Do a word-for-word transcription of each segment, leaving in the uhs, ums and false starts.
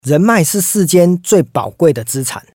人脉是世间最宝贵的资产。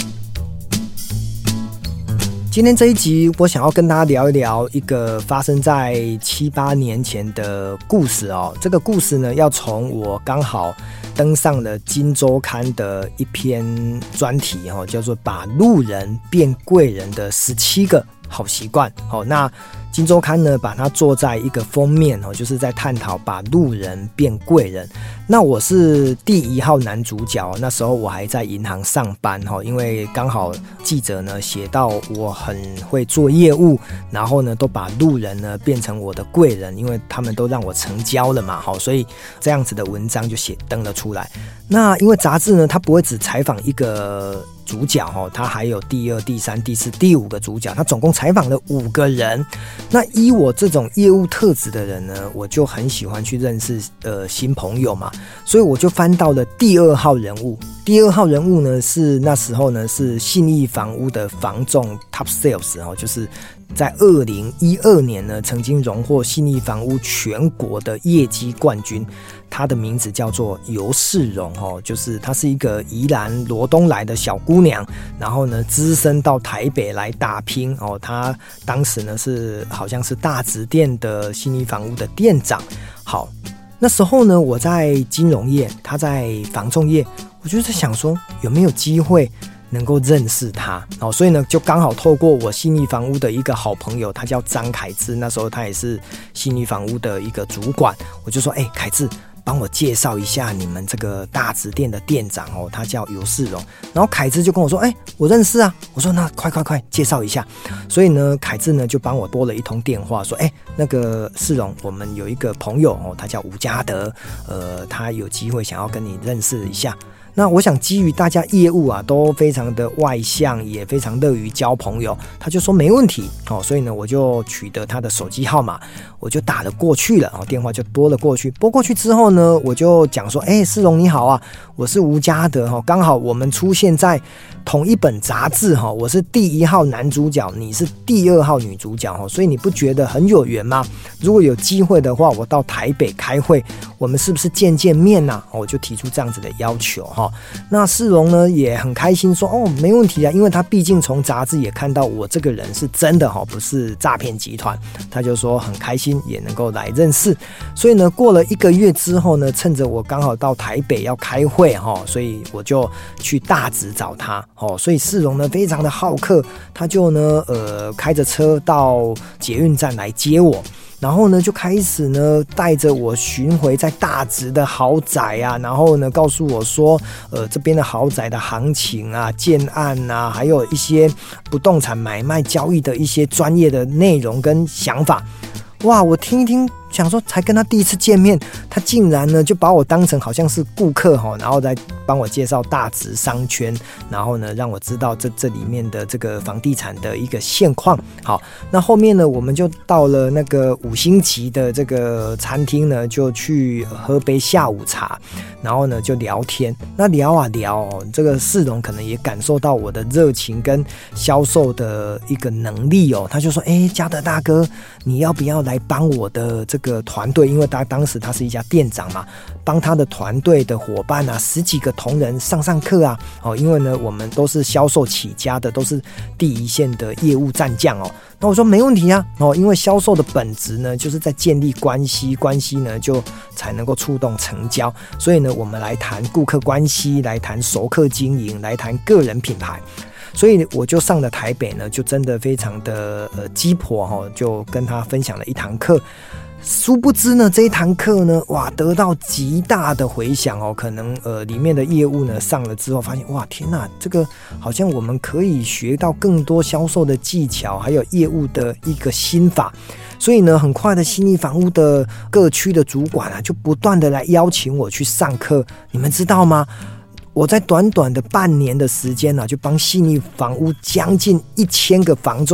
今天这一集我想要跟大家聊一聊一个发生在七八年前的故事哦。这个故事呢，要从我刚好登上了金周刊的一篇专题哦，叫做把路人变贵人的十七个好习惯。好，那金周刊呢把它做在一个封面哦，就是在探讨把路人变贵人。那我是第一号男主角，那时候我还在银行上班哈，因为刚好记者呢写到我很会做业务，然后呢都把路人呢变成我的贵人，因为他们都让我成交了嘛，好，所以这样子的文章就写登了出来。那因为杂志呢，它不会只采访一个主角哦，他还有第二、第三、第四、第五个主角，他总共采访了五个人。那依我这种业务特质的人呢，我就很喜欢去认识呃新朋友嘛，所以我就翻到了第二号人物。第二号人物呢是那时候呢是信义房屋的房仲 Top Sales 哦，就是在二零一二年呢曾经荣获信义房屋全国的业绩冠军。她的名字叫做尤世荣哦，就是她是一个宜兰罗东来的小姑娘，然后呢只身到台北来打拼哦。她当时呢是好像是大直店的信义房屋的店长。好，那时候呢我在金融业，她在房仲业，我就在想说有没有机会能够认识他哦，所以呢，就刚好透过我信义房屋的一个好朋友，他叫张凯志，那时候他也是信义房屋的一个主管，我就说，哎、欸，凯志，帮我介绍一下你们这个大直店的店长哦，他叫尤世荣。然后凯志就跟我说，哎、欸，我认识啊。我说那快快快介绍一下。所以呢，凯志呢就帮我拨了一通电话，说，哎、欸，那个世荣，我们有一个朋友哦，他叫吴家德，呃，他有机会想要跟你认识一下。那我想基于大家业务啊都非常的外向，也非常乐于交朋友，他就说没问题哦，所以呢我就取得他的手机号码，我就打了过去了，电话就拨了过去。拨过去之后呢，我就讲说，哎，世荣你好啊，我是吴家德哈，刚好我们出现在同一本杂志哈，我是第一号男主角，你是第二号女主角哈，所以你不觉得很有缘吗？如果有机会的话，我到台北开会，我们是不是见见面啊？我就提出这样子的要求哈。那世荣呢也很开心说，哦，没问题啊，因为他毕竟从杂志也看到我这个人是真的哈，不是诈骗集团，他就说很开心也能够来认识。所以呢，过了一个月之后呢，趁着我刚好到台北要开会哈，所以我就去大直找他哦。所以世荣呢非常的好客，他就呢呃开着车到捷运站来接我。然后呢，就开始呢带着我巡回在大直的豪宅啊，然后呢告诉我说，呃，这边的豪宅的行情啊、建案啊，还有一些不动产买卖交易的一些专业的内容跟想法。哇，我听一听，想说才跟他第一次见面，他竟然呢就把我当成好像是顾客哈，然后再帮我介绍大直商圈，然后呢让我知道这这里面的这个房地产的一个现况。好，那后面呢我们就到了那个五星级的这个餐厅呢，就去喝杯下午茶，然后呢就聊天。那聊啊聊哦，这个世荣可能也感受到我的热情跟销售的一个能力哦，他就说，哎，家德大哥，你要不要来帮我的这个团队，因为他当时他是一家店长嘛，帮他的团队的伙伴啊，十几个同仁上上课啊，哦，因为呢我们都是销售起家的，都是第一线的业务战将哦。那我说没问题啊，哦，因为销售的本质呢就是在建立关系，关系呢就才能够触动成交，所以呢我们来谈顾客关系，来谈熟客经营，来谈个人品牌。所以我就上了台北呢，就真的非常的呃鸡婆哈，就跟他分享了一堂课。殊不知呢，这一堂课呢，哇，得到极大的回响哦。可能呃里面的业务呢上了之后，发现哇，天哪，这个好像我们可以学到更多销售的技巧，还有业务的一个心法。所以呢，很快的信义房屋的各区的主管啊，就不断的来邀请我去上课。你们知道吗？我在短短的半年的时间呢、啊，就帮信义房屋将近一千个房仲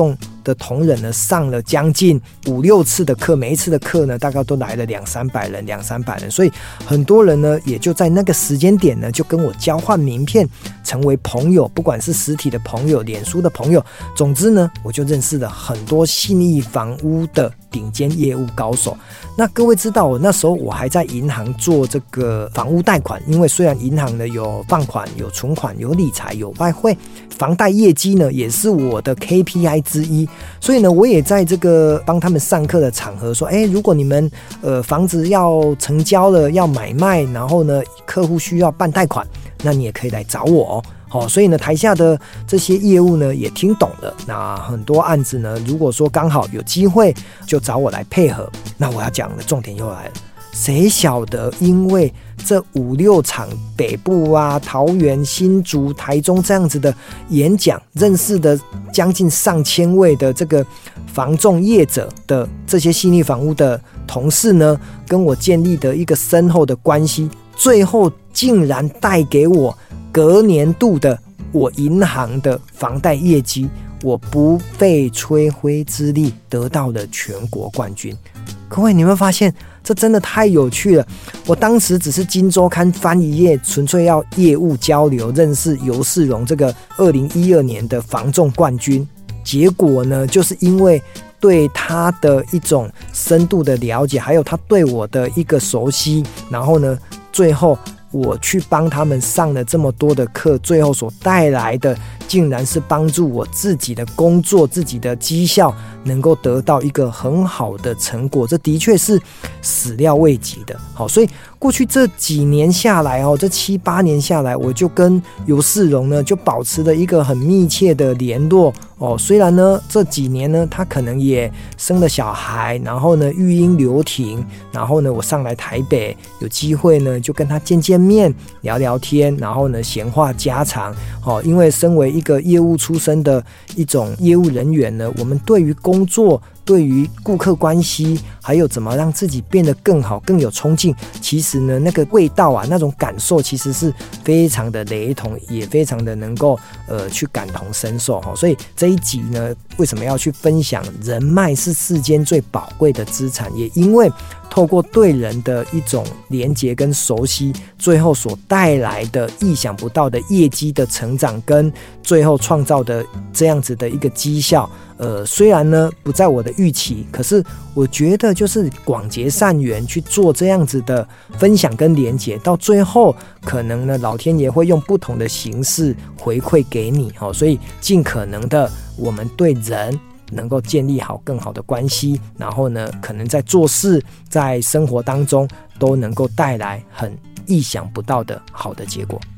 的同仁呢上了将近五六次的课，每一次的课呢大概都来了两三百人两三百人，所以很多人呢也就在那个时间点呢就跟我交换名片，成为朋友，不管是实体的朋友脸书的朋友，总之呢我就认识了很多信义房屋的顶尖业务高手。那各位知道我那时候我还在银行做这个房屋贷款，因为虽然银行呢有放款有存款有理财有外汇，房贷业绩呢也是我的 K P I 之一，所以呢我也在这个帮他们上课的场合说，哎，如果你们呃房子要成交了要买卖，然后呢客户需要办贷款，那你也可以来找我哦。哦，所以呢，台下的这些业务呢也听懂了。那很多案子呢，如果说刚好有机会，就找我来配合。那我要讲的重点又来了，谁晓得因为这五六场北部啊、桃园、新竹、台中这样子的演讲，认识的将近上千位的这个房仲业者的这些信义房屋的同事呢，跟我建立的一个深厚的关系，最后竟然带给我隔年度的我银行的房贷业绩，我不费吹灰之力得到了全国冠军。各位，你有没有发现这真的太有趣了？我当时只是金周刊翻一页，纯粹要业务交流，认识游世荣这个二零一二年的房仲冠军。结果呢，就是因为对他的一种深度的了解，还有他对我的一个熟悉，然后呢，最后我去帮他们上了这么多的课，最后所带来的竟然是帮助我自己的工作、自己的绩效能够得到一个很好的成果，这的确是始料未及的。好，所以过去这几年下来哦，这七八年下来，我就跟游世荣呢就保持了一个很密切的联络哦。虽然呢这几年呢他可能也生了小孩，然后呢育婴留停，然后呢我上来台北有机会呢就跟他见见面聊聊天，然后呢闲话家常哦。因为身为一个业务出身的一种业务人员呢，我们对于工作对于顾客关系，还有怎么让自己变得更好更有冲劲，其实呢那个味道啊，那种感受其实是非常的雷同，也非常的能够呃去感同身受。所以这一集呢为什么要去分享人脉是世间最宝贵的资产，也因为透过对人的一种连结跟熟悉，最后所带来的意想不到的业绩的成长，跟最后创造的这样子的一个绩效，呃，虽然呢不在我的预期，可是我觉得就是广结善缘去做这样子的分享跟连结，到最后可能呢老天爷会用不同的形式回馈给你，哦，所以尽可能的我们对人能够建立好更好的关系，然后呢可能在做事在生活当中都能够带来很意想不到的好的结果。